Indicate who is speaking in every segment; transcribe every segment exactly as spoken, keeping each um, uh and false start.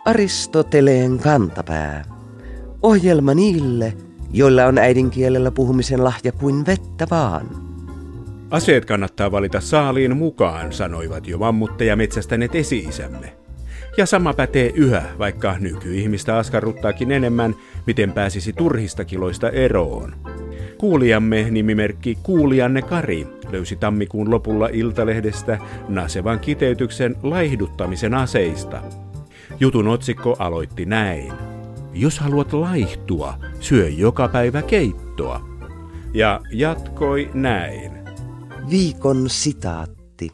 Speaker 1: Aristoteleen kantapää. Ohjelma niille, joilla on äidinkielellä puhumisen lahja kuin vettä vaan.
Speaker 2: Aseet kannattaa valita saaliin mukaan, sanoivat jo mammutteja metsästäneet esi-isämme. Ja sama pätee yhä, vaikka nykyihmistä askarruttaakin enemmän, miten pääsisi turhista kiloista eroon. Kuulijamme nimimerkki Kuulijanne Kari löysi tammikuun lopulla Iltalehdestä nasevan kiteytyksen laihduttamisen aseista. Jutun otsikko aloitti näin. Jos haluat laihtua, syö joka päivä keittoa. Ja jatkoi näin.
Speaker 1: Viikon sitaatti.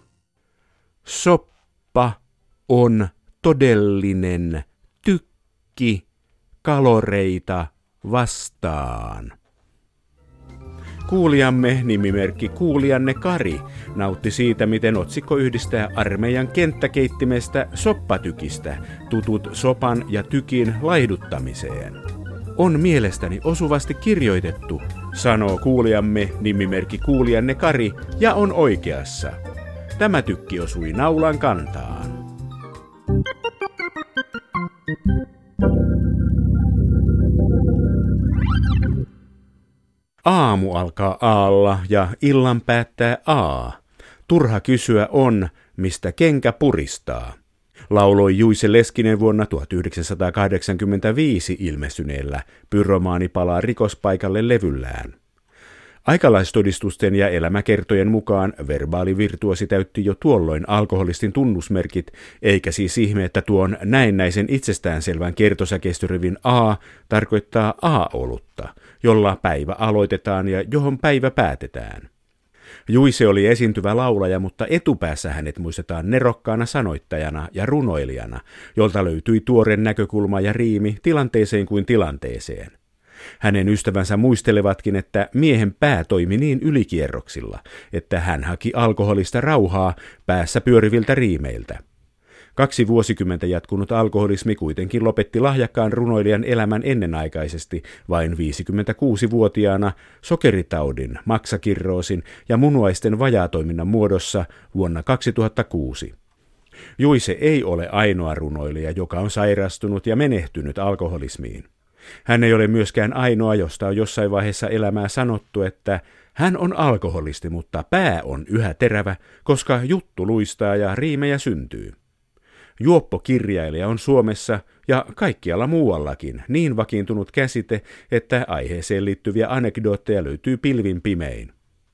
Speaker 2: Soppa on todellinen tykki kaloreita vastaan. Kuulijamme nimimerkki Kuulijanne Kari nautti siitä, miten otsikko yhdistää armeijan kenttäkeittimestä soppatykistä tutut sopan ja tykin laihduttamiseen. On mielestäni osuvasti kirjoitettu, sanoo kuulijamme nimimerkki Kuulijanne Kari, ja on oikeassa. Tämä tykki osui naulan kantaan. Aamu alkaa aalla ja illan päättää A. Turha kysyä on, mistä kenkä puristaa. Lauloi Juise Leskinen vuonna tuhatyhdeksänsataakahdeksankymmentäviisi ilmestyneellä Pyromaani palaa rikospaikalle -levyllään. Aikalaistodistusten ja elämäkertojen mukaan verbaalivirtuosi täytti jo tuolloin alkoholistin tunnusmerkit, eikä siis ihme, että tuon näennäisen itsestäänselvän kertosäkeistörivin A tarkoittaa A-olutta, jolla päivä aloitetaan ja johon päivä päätetään. Juise oli esiintyvä laulaja, mutta etupäässä hänet muistetaan nerokkaana sanoittajana ja runoilijana, jolta löytyi tuore näkökulma ja riimi tilanteeseen kuin tilanteeseen. Hänen ystävänsä muistelevatkin, että miehen pää toimi niin ylikierroksilla, että hän haki alkoholista rauhaa päässä pyöriviltä riimeiltä. Kaksi vuosikymmentä jatkunut alkoholismi kuitenkin lopetti lahjakkaan runoilijan elämän ennenaikaisesti vain viisikymmentäkuusivuotiaana sokeritaudin, maksakirroosin ja munuaisten vajaatoiminnan muodossa vuonna kaksituhattakuusi. Juise ei ole ainoa runoilija, joka on sairastunut ja menehtynyt alkoholismiin. Hän ei ole myöskään ainoa, josta on jossain vaiheessa elämää sanottu, että hän on alkoholisti, mutta pää on yhä terävä, koska juttu luistaa ja riimejä syntyy. Juoppokirjailija on Suomessa ja kaikkialla muuallakin niin vakiintunut käsite, että aiheeseen liittyviä anekdootteja löytyy pilvin pimein.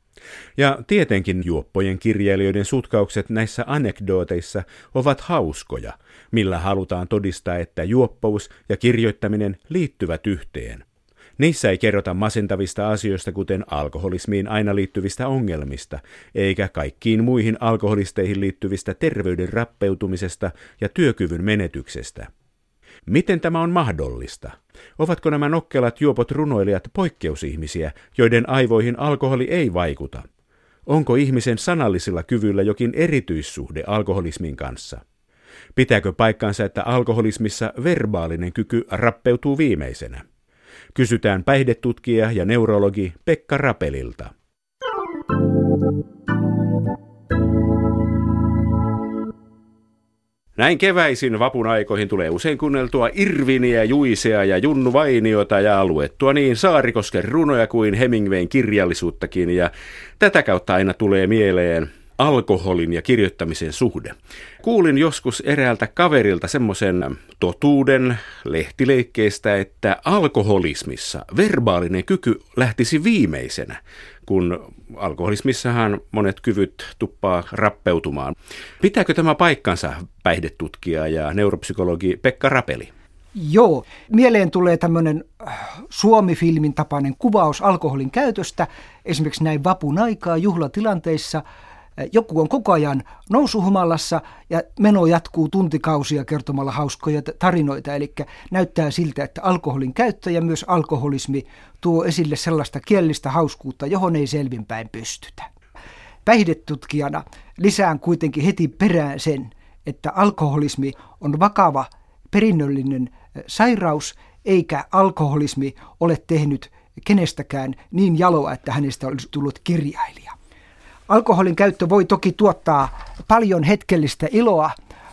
Speaker 2: Ja tietenkin juoppojen kirjailijoiden sutkaukset näissä anekdooteissa ovat hauskoja, millä halutaan todistaa, että juoppous ja kirjoittaminen liittyvät yhteen. Niissä ei kerrota masentavista asioista, kuten alkoholismiin aina liittyvistä ongelmista, eikä kaikkiin muihin alkoholisteihin liittyvistä terveyden rappeutumisesta ja työkyvyn menetyksestä. Miten tämä on mahdollista? Ovatko nämä nokkelat juopot runoilijat poikkeusihmisiä, joiden aivoihin alkoholi ei vaikuta? Onko ihmisen sanallisilla kyvyillä jokin erityissuhde alkoholismin kanssa? Pitääkö paikkansa, että alkoholismissa verbaalinen kyky rappeutuu viimeisenä? Kysytään päihdetutkija ja neurologi Pekka Rapelilta. Näin keväisin vapun aikoihin tulee usein kuunneltua Irviniä, Juisea ja Junnu Vainiota ja luettua niin Saarikosken runoja kuin Hemingwayn kirjallisuuttakin, ja tätä kautta aina tulee mieleen alkoholin ja kirjoittamisen suhde. Kuulin joskus eräältä kaverilta semmoisen totuuden lehtileikkeestä, että alkoholismissa verbaalinen kyky lähtisi viimeisenä, kun alkoholismissahan monet kyvyt tuppaa rappeutumaan. Pitääkö tämä paikkansa, päihdetutkija ja neuropsykologi Pekka Rapeli?
Speaker 3: Joo, mieleen tulee tämmöinen Suomi-filmin tapainen kuvaus alkoholin käytöstä, esimerkiksi näin vapun aikaa juhlatilanteissa. Joku on koko ajan nousuhumalassa ja meno jatkuu tuntikausia kertomalla hauskoja tarinoita, eli näyttää siltä, että alkoholin käyttö ja myös alkoholismi tuo esille sellaista kielellistä hauskuutta, johon ei selvinpäin pystytä. Päihdetutkijana lisään kuitenkin heti perään sen, että alkoholismi on vakava perinnöllinen sairaus, eikä alkoholismi ole tehnyt kenestäkään niin jaloa, että hänestä olisi tullut kirjailija. Alkoholin käyttö voi toki tuottaa paljon hetkellistä iloa,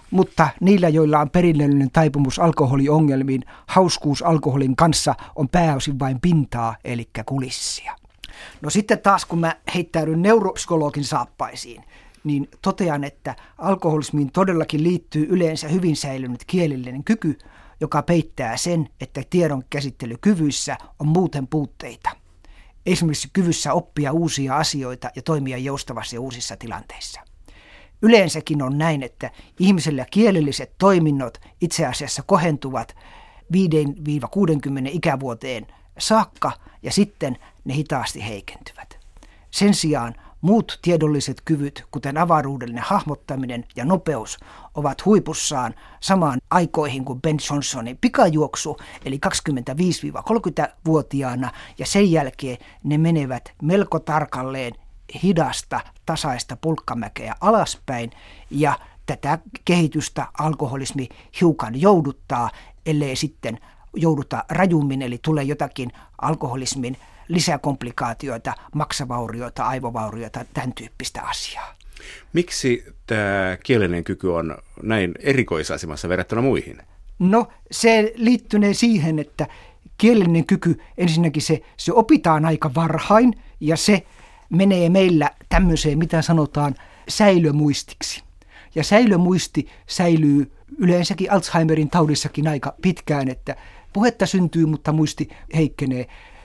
Speaker 3: mutta niillä, joilla on perinnöllinen taipumus alkoholiongelmiin, hauskuus alkoholin kanssa on pääosin vain pintaa, eli kulissia. No sitten taas, kun mä heittäydyn neuropsykologin saappaisiin, niin totean, että alkoholismiin todellakin liittyy yleensä hyvin säilynyt kielellinen kyky, joka peittää sen, että tiedon käsittelykyvyissä on muuten puutteita. Esimerkiksi kyvyssä oppia uusia asioita ja toimia joustavasti uusissa tilanteissa. Yleensäkin on näin, että ihmisellä kielelliset toiminnot itse asiassa kohentuvat viidestä kuuteenkymmeneen ikävuoteen saakka ja sitten ne hitaasti heikentyvät. Sen sijaan muut tiedolliset kyvyt, kuten avaruudellinen hahmottaminen ja nopeus, ovat huipussaan samaan aikoihin kuin Ben Johnsonin pikajuoksu, eli kaksikymmentäviisi-kolmekymmentävuotiaana, ja sen jälkeen ne menevät melko tarkalleen hidasta, tasaista pulkkamäkeä alaspäin, ja tätä kehitystä alkoholismi hiukan jouduttaa, ellei sitten jouduta rajummin, eli tulee jotakin alkoholismin lisäkomplikaatioita, maksavaurioita, aivovaurioita, tämän tyyppistä asiaa.
Speaker 2: Miksi tämä kielellinen kyky on näin erikoisasemassa verrattuna muihin?
Speaker 3: No se liittynee siihen, että kielellinen kyky, ensinnäkin se, se opitaan aika varhain ja se menee meillä tämmöiseen, mitä sanotaan, säilömuistiksi. Ja säilömuisti säilyy yleensäkin Alzheimerin taudissakin aika pitkään, että puhetta syntyy, mutta muisti heikkenee.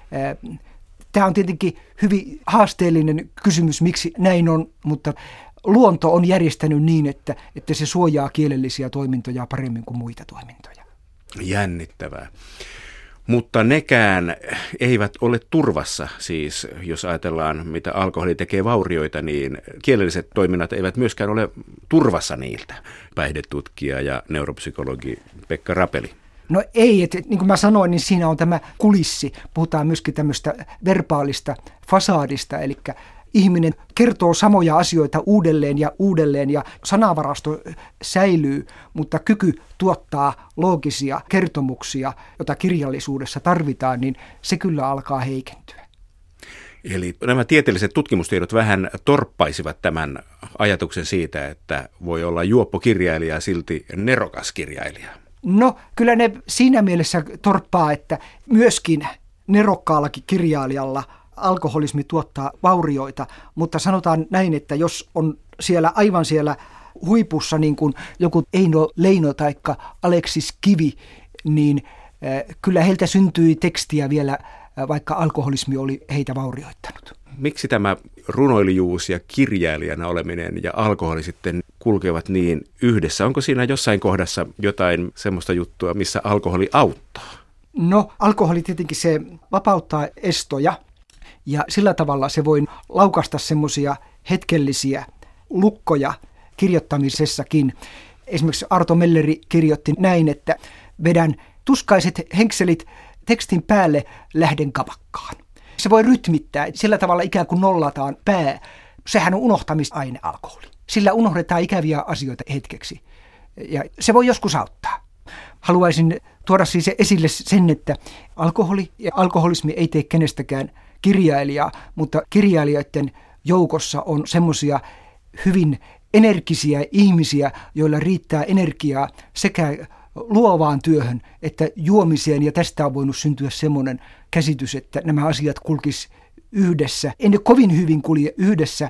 Speaker 3: Tämä on tietenkin hyvin haasteellinen kysymys, miksi näin on, mutta luonto on järjestänyt niin, että, että se suojaa kielellisiä toimintoja paremmin kuin muita toimintoja.
Speaker 2: Jännittävää. Mutta nekään eivät ole turvassa, siis jos ajatellaan, mitä alkoholi tekee vaurioita, niin kielelliset toiminnat eivät myöskään ole turvassa niiltä. Päihdetutkija ja neuropsykologi Pekka Rapeli.
Speaker 3: No ei, että niin kuin mä sanoin, niin siinä on tämä kulissi. Puhutaan myöskin tämmöistä verbaalista fasaadista, eli ihminen kertoo samoja asioita uudelleen ja uudelleen ja sanavarasto säilyy, mutta kyky tuottaa loogisia kertomuksia, joita kirjallisuudessa tarvitaan, niin se kyllä alkaa heikentyä.
Speaker 2: Eli nämä tieteelliset tutkimustiedot vähän torppaisivat tämän ajatuksen siitä, että voi olla juoppokirjailija ja silti nerokas kirjailija.
Speaker 3: No kyllä ne siinä mielessä torppaa, että myöskin nerokkaallakin kirjailijalla alkoholismi tuottaa vaurioita, mutta sanotaan näin, että jos on siellä aivan siellä huipussa niin kuin joku Eino Leino tai Aleksis Kivi, niin äh, kyllä heiltä syntyi tekstiä vielä, äh, vaikka alkoholismi oli heitä vaurioittanut.
Speaker 2: Miksi tämä runoilijuus ja kirjailijana oleminen ja alkoholi sitten kulkevat niin yhdessä? Onko siinä jossain kohdassa jotain semmoista juttua, missä alkoholi auttaa?
Speaker 3: No alkoholi tietenkin se vapauttaa estoja ja sillä tavalla se voi laukaista semmoisia hetkellisiä lukkoja kirjoittamisessakin. Esimerkiksi Arto Melleri kirjoitti näin, että vedän tuskaiset henkselit tekstin päälle, lähden kavakkaan. Se voi rytmittää, sillä tavalla ikään kuin nollataan pää. Sehän on unohtamisaine alkoholi. Sillä unohdetaan ikäviä asioita hetkeksi. Ja se voi joskus auttaa. Haluaisin tuoda siis esille sen, että alkoholi ja alkoholismi ei tee kenestäkään kirjailijaa, mutta kirjailijoiden joukossa on semmoisia hyvin energisiä ihmisiä, joilla riittää energiaa sekä luovaan työhön että juomiseen, ja tästä on voinut syntyä semmoinen käsitys, että nämä asiat kulkis yhdessä. En ne kovin hyvin kulje yhdessä,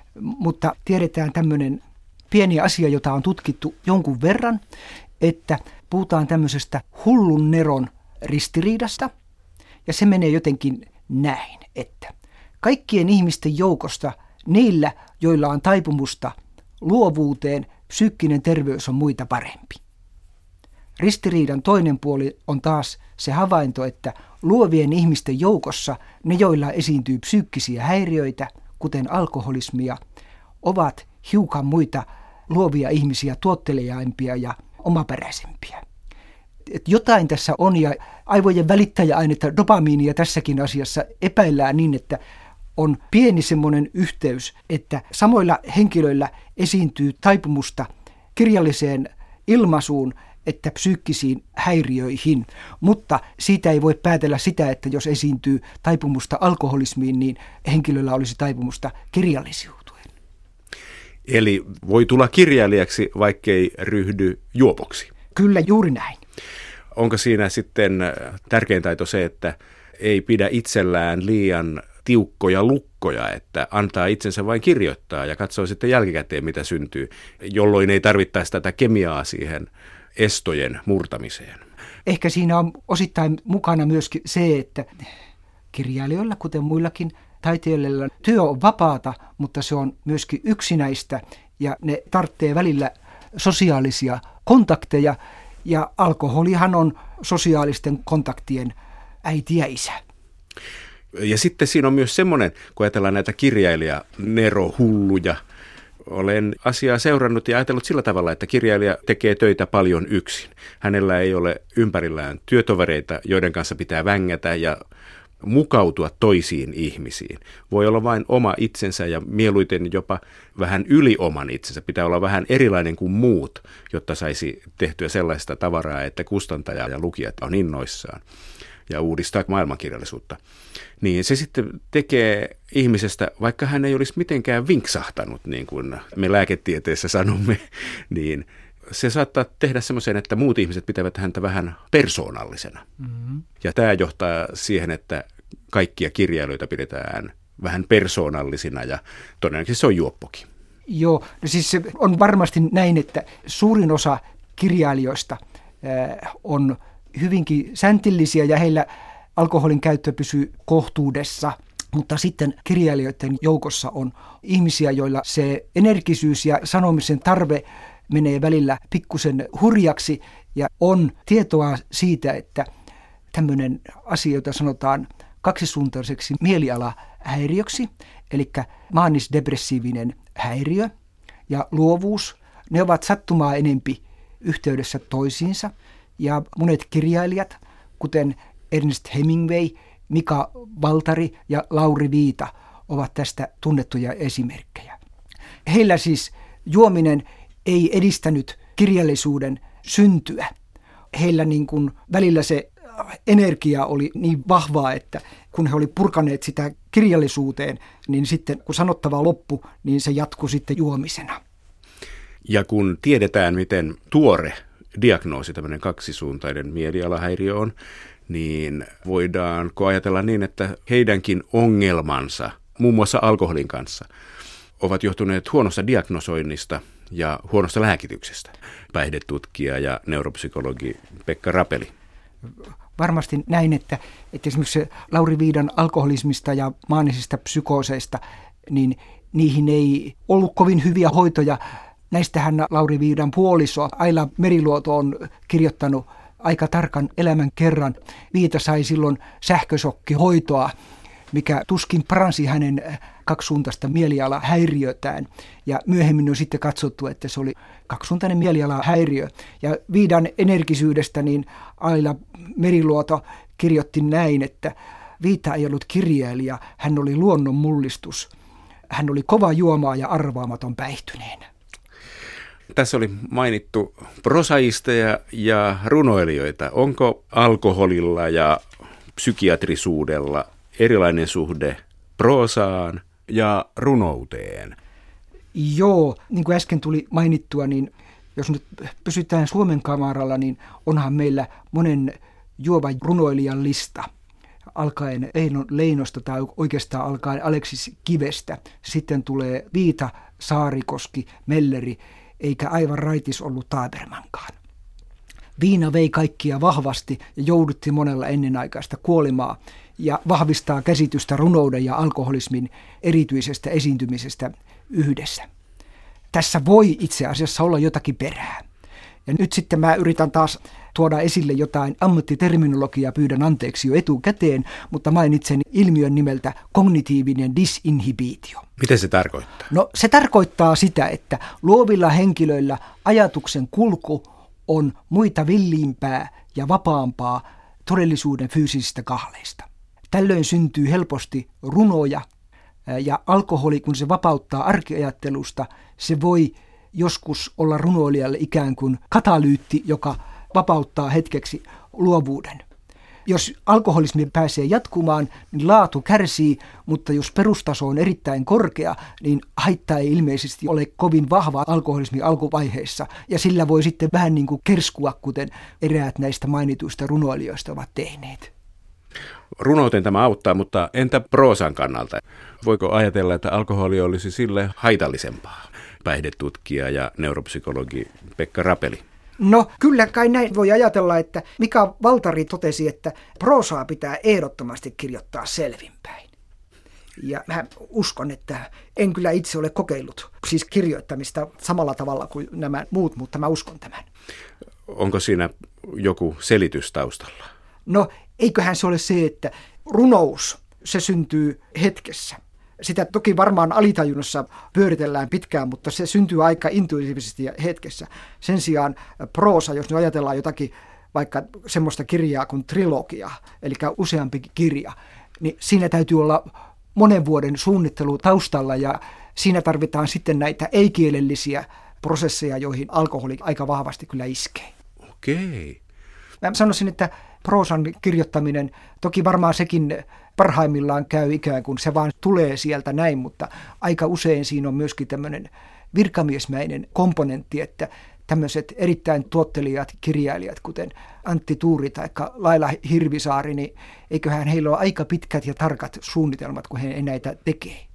Speaker 3: mutta tiedetään tämmöinen pieni asia, jota on tutkittu jonkun verran, että puhutaan tämmöisestä hullun neron ristiriidasta, ja se menee jotenkin näin, että kaikkien ihmisten joukosta niillä, joilla on taipumusta luovuuteen, psyykkinen terveys on muita parempi. Ristiriidan toinen puoli on taas se havainto, että luovien ihmisten joukossa ne, joilla esiintyy psyykkisiä häiriöitä, kuten alkoholismia, ovat hiukan muita luovia ihmisiä, tuottelijaimpia ja omaperäisempiä. Et jotain tässä on, ja aivojen välittäjäainetta dopamiinia tässäkin asiassa epäillään niin, että on pieni semmoinen yhteys, että samoilla henkilöillä esiintyy taipumusta kirjalliseen ilmaisuun että psyykkisiin häiriöihin, mutta siitä ei voi päätellä sitä, että jos esiintyy taipumusta alkoholismiin, niin henkilöllä olisi taipumusta kirjallisuuteen.
Speaker 2: Eli voi tulla kirjailijaksi, vaikkei ryhdy juopoksi.
Speaker 3: Kyllä, juuri näin.
Speaker 2: Onko siinä sitten tärkein taito se, että ei pidä itsellään liian tiukkoja lukkoja, että antaa itsensä vain kirjoittaa ja katsoo sitten jälkikäteen, mitä syntyy, jolloin ei tarvittaisi tätä kemiaa siihen estojen murtamiseen?
Speaker 3: Ehkä siinä on osittain mukana myöskin se, että kirjailijoilla, kuten muillakin taiteilijoilla, työ on vapaata, mutta se on myöskin yksinäistä ja ne tarvitsee välillä sosiaalisia kontakteja ja alkoholihan on sosiaalisten kontaktien äiti ja isä.
Speaker 2: Ja sitten siinä on myös semmoinen, kun ajatellaan näitä kirjailija-nerohulluja, olen asiaa seurannut ja ajatellut sillä tavalla, että kirjailija tekee töitä paljon yksin. Hänellä ei ole ympärillään työtovereita, joiden kanssa pitää vängätä ja mukautua toisiin ihmisiin. Voi olla vain oma itsensä ja mieluiten jopa vähän yli oman itsensä. Pitää olla vähän erilainen kuin muut, jotta saisi tehtyä sellaista tavaraa, että kustantaja ja lukijat on innoissaan ja uudistaa maailmankirjallisuutta. Niin se sitten tekee ihmisestä, vaikka hän ei olisi mitenkään vinksahtanut, niin kuin me lääketieteessä sanomme, niin se saattaa tehdä semmoisen, että muut ihmiset pitävät häntä vähän persoonallisena. Mm-hmm. Ja tämä johtaa siihen, että kaikkia kirjailijoita pidetään vähän persoonallisina ja todennäköisesti se on juoppokin.
Speaker 3: Joo, no siis se on varmasti näin, että suurin osa kirjailijoista on hyvinkin säntillisiä ja heillä alkoholin käyttö pysyy kohtuudessa, mutta sitten kirjailijoiden joukossa on ihmisiä, joilla se energisyys ja sanomisen tarve menee välillä pikkusen hurjaksi ja on tietoa siitä, että tämmöinen asia, jota sanotaan kaksisuuntaiseksi mielialahäiriöksi, eli maanis-depressiivinen häiriö ja luovuus, ne ovat sattumaa enempi yhteydessä toisiinsa. Ja monet kirjailijat, kuten Ernest Hemingway, Mika Waltari ja Lauri Viita, ovat tästä tunnettuja esimerkkejä. Heillä siis juominen ei edistänyt kirjallisuuden syntyä. Heillä niin kuin välillä se energia oli niin vahvaa, että kun he olivat purkaneet sitä kirjallisuuteen, niin sitten kun sanottava loppu, niin se jatkui sitten juomisena.
Speaker 2: Ja kun tiedetään, miten tuore diagnoosi, tämmöinen kaksisuuntainen mielialahäiriö on, niin voidaanko ajatella niin, että heidänkin ongelmansa, muun muassa alkoholin kanssa, ovat johtuneet huonosta diagnosoinnista ja huonosta lääkityksestä? Päihdetutkija ja neuropsykologi Pekka Rapeli.
Speaker 3: Varmasti näin, että, että esimerkiksi Lauri Viidan alkoholismista ja maanisista psykooseista, niin niihin ei ollut kovin hyviä hoitoja. Näistähän Lauri Viidan puoliso Aila Meriluoto on kirjoittanut aika tarkan elämän kerran. Viita sai silloin sähkösokkihoitoa, mikä tuskin paransi hänen kaksisuuntaista mielialahäiriötään. Ja myöhemmin on sitten katsottu, että se oli kaksisuuntainen mielialahäiriö. Ja Viidan energisyydestä niin Aila Meriluoto kirjoitti näin, että Viita ei ollut kirjailija, hän oli luonnon mullistus. Hän oli kova juomaa ja arvaamaton päihtyneenä.
Speaker 2: Tässä oli mainittu prosaisteja ja runoilijoita. Onko alkoholilla ja psykiatrisuudella erilainen suhde proosaan ja runouteen?
Speaker 3: Joo, niin kuin äsken tuli mainittua, niin jos nyt pysytään Suomen kamaralla, niin onhan meillä monen juovan runoilijan lista. Alkaen Eino Leinosta tai oikeastaan alkaen Aleksis Kivestä. Sitten tulee Viita, Saarikoski, Melleri, eikä aivan raitis ollut Tabermankaan. Viina vei kaikkia vahvasti ja joudutti monella ennenaikaista kuolemaa ja vahvistaa käsitystä runouden ja alkoholismin erityisestä esiintymisestä yhdessä. Tässä voi itse asiassa olla jotakin perää. Ja nyt sitten mä yritän taas tuoda esille jotain ammattiterminologiaa, pyydän anteeksi jo etukäteen, mutta mainitsen ilmiön nimeltä kognitiivinen disinhibiitio.
Speaker 2: Mitä se tarkoittaa?
Speaker 3: No se tarkoittaa sitä, että luovilla henkilöillä ajatuksen kulku on muita villiimpää ja vapaampaa todellisuuden fyysisistä kahleista. Tällöin syntyy helposti runoja ja alkoholi, kun se vapauttaa arkiajattelusta, se voi joskus olla runoilijalle ikään kuin katalyytti, joka vapauttaa hetkeksi luovuuden. Jos alkoholismi pääsee jatkumaan, niin laatu kärsii, mutta jos perustaso on erittäin korkea, niin haitta ei ilmeisesti ole kovin vahva alkoholismi alkuvaiheessa. Ja sillä voi sitten vähän niin kuin kerskua, kuten eräät näistä mainituista runoilijoista ovat tehneet.
Speaker 2: Runouteen tämä auttaa, mutta entä proosan kannalta? Voiko ajatella, että alkoholi olisi sille haitallisempaa? Päihdetutkija ja neuropsykologi Pekka Rapeli.
Speaker 3: No kyllä kai näin voi ajatella, että Mika Valtari totesi, että proosaa pitää ehdottomasti kirjoittaa selvinpäin. Ja mä uskon, että en kyllä itse ole kokeillut siis kirjoittamista samalla tavalla kuin nämä muut, mutta mä uskon tämän.
Speaker 2: Onko siinä joku selitys taustalla?
Speaker 3: No eiköhän se ole se, että runous, se syntyy hetkessä. Sitä toki varmaan alitajunnassa pyöritellään pitkään, mutta se syntyy aika intuitiivisesti ja hetkessä. Sen sijaan proosa, jos nyt ajatellaan jotakin vaikka semmoista kirjaa kuin trilogia, eli useampi kirja, niin siinä täytyy olla monen vuoden suunnittelu taustalla ja siinä tarvitaan sitten näitä ei-kielellisiä prosesseja, joihin alkoholi aika vahvasti kyllä iskee.
Speaker 2: Okei.
Speaker 3: Mä sanoisin, että proosan kirjoittaminen, toki varmaan sekin parhaimmillaan käy ikään kuin se vaan tulee sieltä näin, mutta aika usein siinä on myöskin tämmöinen virkamiesmäinen komponentti, että tämmöiset erittäin tuottelijat kirjailijat, kuten Antti Tuuri tai Laila Hirvisaari, niin eiköhän heillä ole aika pitkät ja tarkat suunnitelmat, kun he näitä tekee.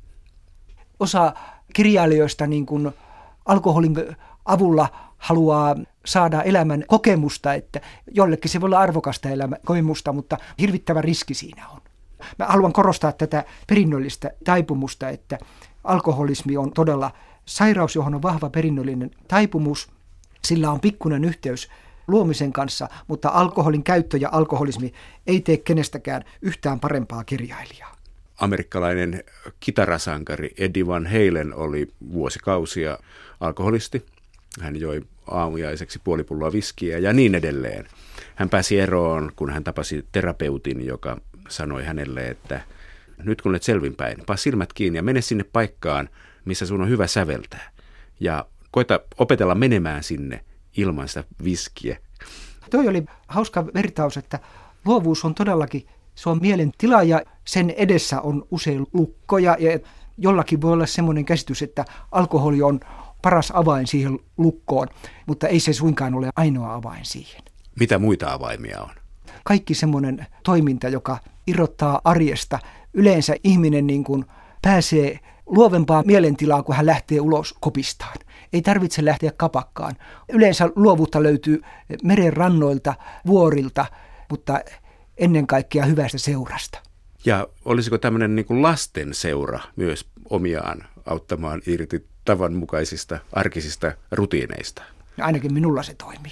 Speaker 3: Osa kirjailijoista niin kuin alkoholin avulla haluaa saada elämän kokemusta, että jollekin se voi olla arvokasta elämän kokemusta, mutta hirvittävä riski siinä on. Mä haluan korostaa tätä perinnöllistä taipumusta, että alkoholismi on todella sairaus, johon on vahva perinnöllinen taipumus. Sillä on pikkuinen yhteys luomisen kanssa, mutta alkoholin käyttö ja alkoholismi ei tee kenestäkään yhtään parempaa kirjailijaa.
Speaker 2: Amerikkalainen kitarasankari Eddie Van Halen oli vuosikausia alkoholisti. Hän joi aamujaiseksi puoli pulloa viskiä ja niin edelleen. Hän pääsi eroon, kun hän tapasi terapeutin, joka sanoi hänelle, että nyt kun olet selvinpäin, paa silmät kiinni ja mene sinne paikkaan, missä sun on hyvä säveltää. Ja koita opetella menemään sinne ilman sitä viskiä.
Speaker 3: Toi oli hauska vertaus, että luovuus on todellakin, se on mielen tila ja sen edessä on usein lukkoja. Ja jollakin voi olla semmoinen käsitys, että alkoholi on paras avain siihen lukkoon, mutta ei se suinkaan ole ainoa avain siihen.
Speaker 2: Mitä muita avaimia on?
Speaker 3: Kaikki semmoinen toiminta, joka irrottaa arjesta. Yleensä ihminen niin kuin pääsee luovempaan mielentilaan, kun hän lähtee ulos kopistaan. Ei tarvitse lähteä kapakkaan. Yleensä luovuutta löytyy meren rannoilta, vuorilta, mutta ennen kaikkea hyvästä seurasta.
Speaker 2: Ja olisiko tämmöinen niin kuin lasten seura myös omiaan auttamaan irti tavanmukaisista arkisista rutiineista?
Speaker 3: Ainakin minulla se toimii.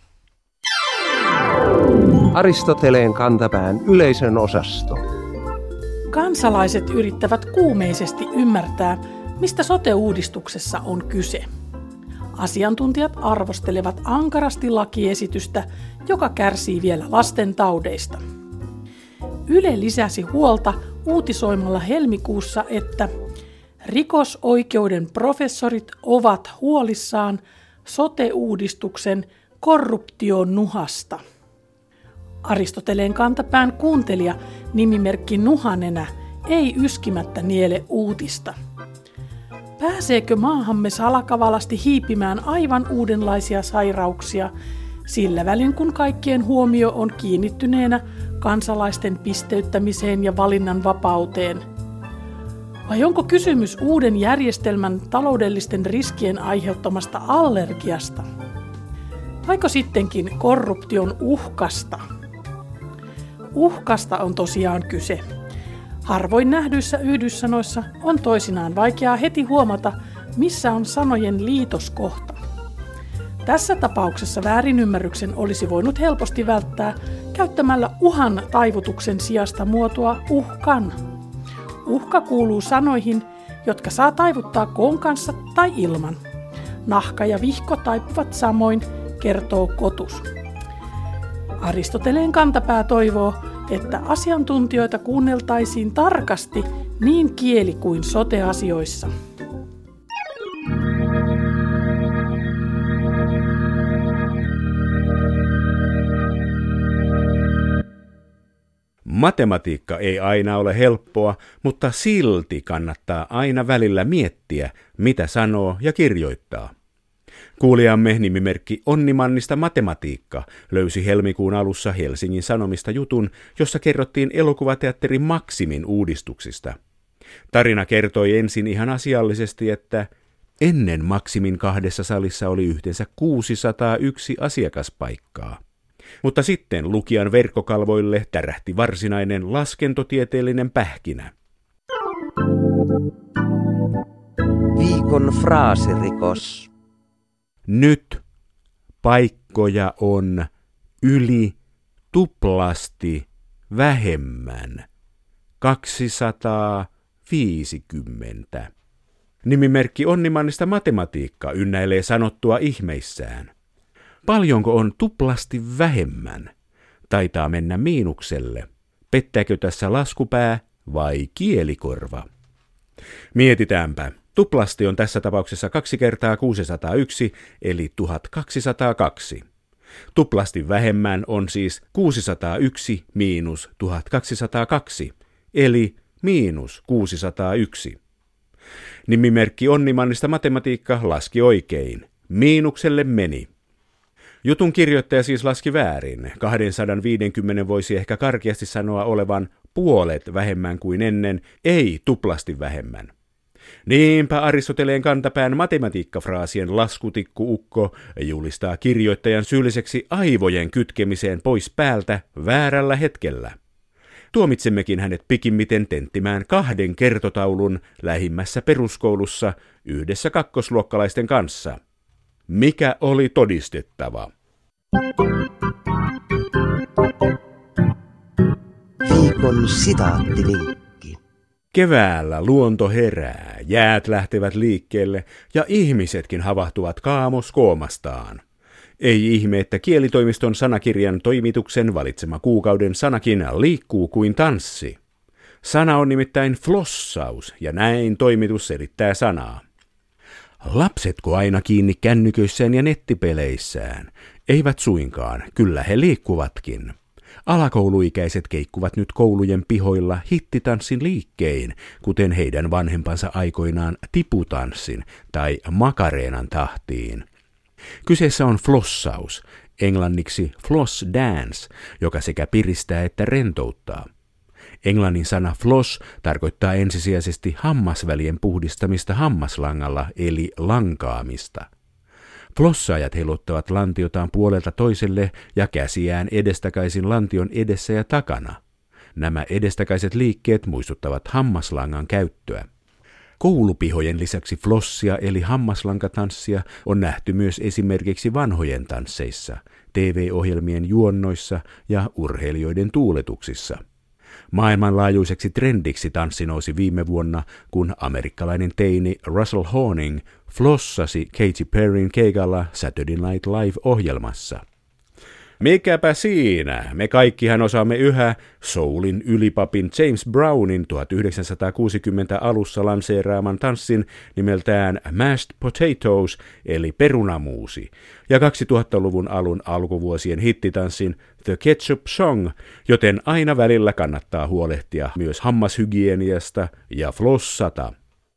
Speaker 4: Aristoteleen kantapään yleisön osasto.
Speaker 5: Kansalaiset yrittävät kuumeisesti ymmärtää, mistä sote-uudistuksessa on kyse. Asiantuntijat arvostelevat ankarasti lakiesitystä, joka kärsii vielä lastentaudeista. Yle lisäsi huolta uutisoimalla helmikuussa, että rikosoikeuden professorit ovat huolissaan sote-uudistuksen korruption nuhasta. Aristoteleen kantapään kuuntelija nimimerkki Nuhanenä ei yskimättä niele uutista. Pääseekö maahamme salakavalasti hiipimään aivan uudenlaisia sairauksia sillä välin, kun kaikkien huomio on kiinnittyneenä kansalaisten pisteyttämiseen ja valinnan vapauteen? Vai onko kysymys uuden järjestelmän taloudellisten riskien aiheuttamasta allergiasta? Vaiko sittenkin korruption uhkasta? Uhkasta on tosiaan kyse. Harvoin nähdyissä yhdyssanoissa on toisinaan vaikeaa heti huomata, missä on sanojen liitoskohta. Tässä tapauksessa väärinymmärryksen olisi voinut helposti välttää käyttämällä uhan taivutuksen sijasta muotoa uhkan. Uhka kuuluu sanoihin, jotka saa taivuttaa koon kanssa tai ilman. Nahka ja vihko taipuvat samoin, kertoo Kotus. Aristoteleen kantapää toivoo, että asiantuntijoita kuunneltaisiin tarkasti niin kieli- kuin sote-asioissa.
Speaker 2: Matematiikka ei aina ole helppoa, mutta silti kannattaa aina välillä miettiä, mitä sanoo ja kirjoittaa. Kuulijamme nimimerkki Onnimannista matematiikka löysi helmikuun alussa Helsingin Sanomista jutun, jossa kerrottiin elokuvateatteri Maximin uudistuksista. Tarina kertoi ensin ihan asiallisesti, että ennen Maximin kahdessa salissa oli yhteensä kuusisataayksi asiakaspaikkaa. Mutta sitten lukijan verkkokalvoille tärähti varsinainen laskentotieteellinen pähkinä.
Speaker 1: Viikon fraasirikos.
Speaker 2: Nyt paikkoja on yli tuplasti vähemmän. kaksisataaviisikymmentä. Nimimerkki Onnimannista matematiikka ynnäilee sanottua ihmeissään. Paljonko on tuplasti vähemmän? Taitaa mennä miinukselle. Pettääkö tässä laskupää vai kielikorva? Mietitäänpä. Tuplasti on tässä tapauksessa kaksi kertaa kuusisataayksi, eli tuhatkaksisataakaksi. Tuplasti vähemmän on siis kuusisataayksi miinus tuhatkaksisataakaksi, eli miinus kuusisataayksi. Nimimerkki Onnimannista matematiikka laski oikein. Miinukselle meni. Jutun kirjoittaja siis laski väärin. kaksisataaviisikymmentä voisi ehkä karkeasti sanoa olevan puolet vähemmän kuin ennen, ei tuplasti vähemmän. Niinpä Aristoteleen kantapään matematiikkafraasien laskutikku-ukko julistaa kirjoittajan syylliseksi aivojen kytkemiseen pois päältä väärällä hetkellä. Tuomitsemmekin hänet pikimmiten tenttimään kahden kertotaulun lähimmässä peruskoulussa yhdessä kakkosluokkalaisten kanssa. Mikä oli todistettava?
Speaker 1: Viikon sitaattivinkki.
Speaker 2: Keväällä luonto herää, jäät lähtevät liikkeelle ja ihmisetkin havahtuvat kaamoskoomastaan. Ei ihme, että kielitoimiston sanakirjan toimituksen valitsema kuukauden sanakin liikkuu kuin tanssi. Sana on nimittäin flossaus ja näin toimitus selittää sanaa. Lapsetko aina kiinni kännyköissään ja nettipeleissään? Eivät suinkaan, kyllä he liikkuvatkin. Alakouluikäiset keikkuvat nyt koulujen pihoilla hittitanssin liikkein, kuten heidän vanhempansa aikoinaan tiputanssin tai makareenan tahtiin. Kyseessä on flossaus, englanniksi floss dance, joka sekä piristää että rentouttaa. Englannin sana floss tarkoittaa ensisijaisesti hammasvälien puhdistamista hammaslangalla eli lankaamista. Flossaajat heiluttavat lantiotaan puolelta toiselle ja käsiään edestakaisin lantion edessä ja takana. Nämä edestakaiset liikkeet muistuttavat hammaslangan käyttöä. Koulupihojen lisäksi flossia eli hammaslankatanssia on nähty myös esimerkiksi vanhojen tansseissa, T V-ohjelmien juonnoissa ja urheilijoiden tuuletuksissa. Maailmanlaajuiseksi trendiksi tanssi nousi viime vuonna, kun amerikkalainen teini Russell Horning flossasi Katy Perryn keikalla Saturday Night Live-ohjelmassa. Mikäpä siinä, me kaikkihan osaamme yhä soulin ylipapin James Brownin tuhatyhdeksänsataakuusikymmentä alussa lanseeraaman tanssin nimeltään Mashed Potatoes eli perunamuusi ja kaksituhattaluvun alun alkuvuosien hittitanssin The Ketchup Song, joten aina välillä kannattaa huolehtia myös hammashygieniasta ja flossata.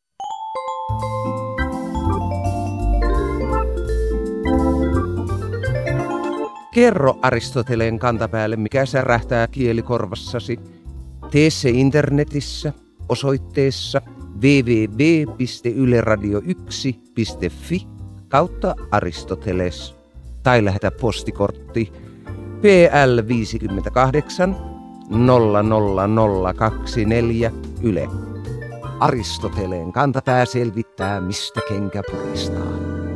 Speaker 4: Kerro Aristoteleen kantapäälle, mikä särähtää kielikorvassasi. Tee se internetissä osoitteessa double-u double-u double-u piste yle radio yksi piste fi kautta Aristoteles tai lähetä postikortti P L viisikymmentäkahdeksan nolla nolla nolla kaksikymmentäneljä Yle. Aristoteleen kantapää selvittää, mistä kenkä puristaa.